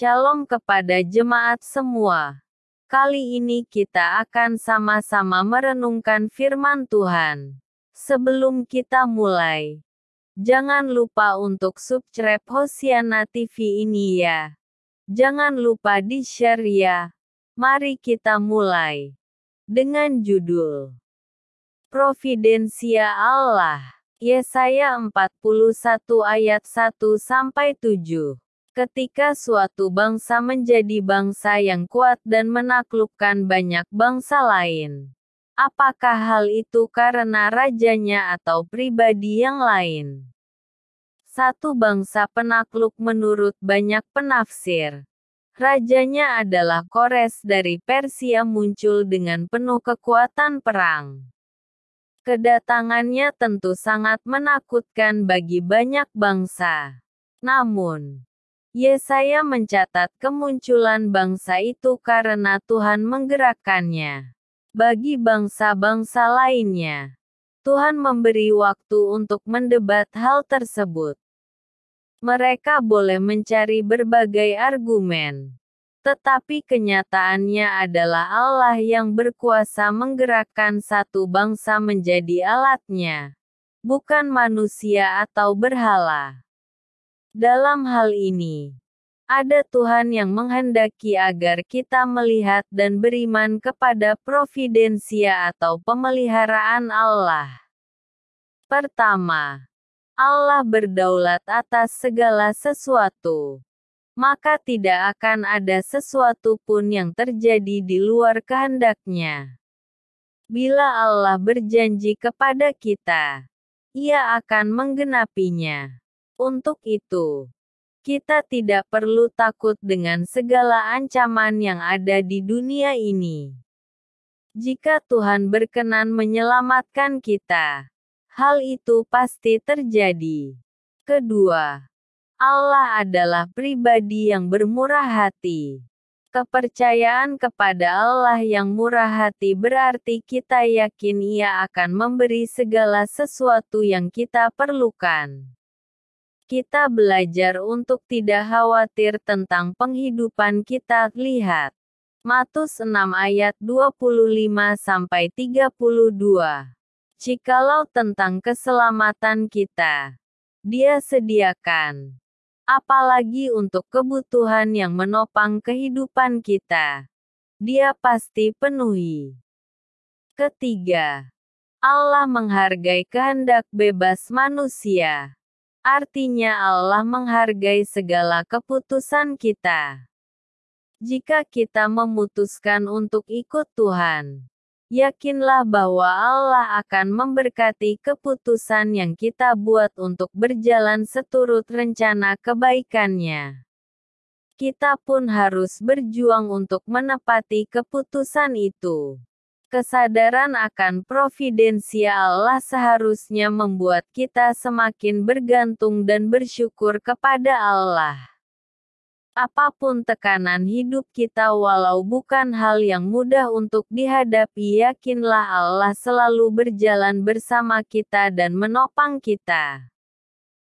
Shalom kepada jemaat semua. Kali ini kita akan sama-sama merenungkan firman Tuhan. Sebelum kita mulai, jangan lupa untuk subscribe Hosiana TV ini ya. Jangan lupa di-share ya. Mari kita mulai. Dengan judul Providensia Allah. Yesaya 41 ayat 1-7. Ketika suatu bangsa menjadi bangsa yang kuat dan menaklukkan banyak bangsa lain. Apakah hal itu karena rajanya atau pribadi yang lain? Satu bangsa penakluk menurut banyak penafsir. Rajanya adalah Kores dari Persia muncul dengan penuh kekuatan perang. Kedatangannya tentu sangat menakutkan bagi banyak bangsa. Namun, Yesaya mencatat kemunculan bangsa itu karena Tuhan menggerakkannya. Bagi bangsa-bangsa lainnya, Tuhan memberi waktu untuk mendebat hal tersebut. Mereka boleh mencari berbagai argumen. Tetapi kenyataannya adalah Allah yang berkuasa menggerakkan satu bangsa menjadi alatnya. Bukan manusia atau berhala. Dalam hal ini, ada Tuhan yang menghendaki agar kita melihat dan beriman kepada providensia atau pemeliharaan Allah. Pertama, Allah berdaulat atas segala sesuatu. Maka tidak akan ada sesuatu pun yang terjadi di luar kehendak-Nya. Bila Allah berjanji kepada kita, Ia akan menggenapinya. Untuk itu, kita tidak perlu takut dengan segala ancaman yang ada di dunia ini. Jika Tuhan berkenan menyelamatkan kita, hal itu pasti terjadi. Kedua, Allah adalah pribadi yang bermurah hati. Kepercayaan kepada Allah yang murah hati berarti kita yakin Ia akan memberi segala sesuatu yang kita perlukan. Kita belajar untuk tidak khawatir tentang penghidupan kita. Lihat Matius 6 ayat 25-32. Jikalau tentang keselamatan kita, Dia sediakan. Apalagi untuk kebutuhan yang menopang kehidupan kita, Dia pasti penuhi. Ketiga, Allah menghargai kehendak bebas manusia. Artinya Allah menghargai segala keputusan kita. Jika kita memutuskan untuk ikut Tuhan, yakinlah bahwa Allah akan memberkati keputusan yang kita buat untuk berjalan seturut rencana kebaikan-Nya. Kita pun harus berjuang untuk menepati keputusan itu. Kesadaran akan providensia Allah seharusnya membuat kita semakin bergantung dan bersyukur kepada Allah. Apapun tekanan hidup kita, walau bukan hal yang mudah untuk dihadapi, yakinlah Allah selalu berjalan bersama kita dan menopang kita.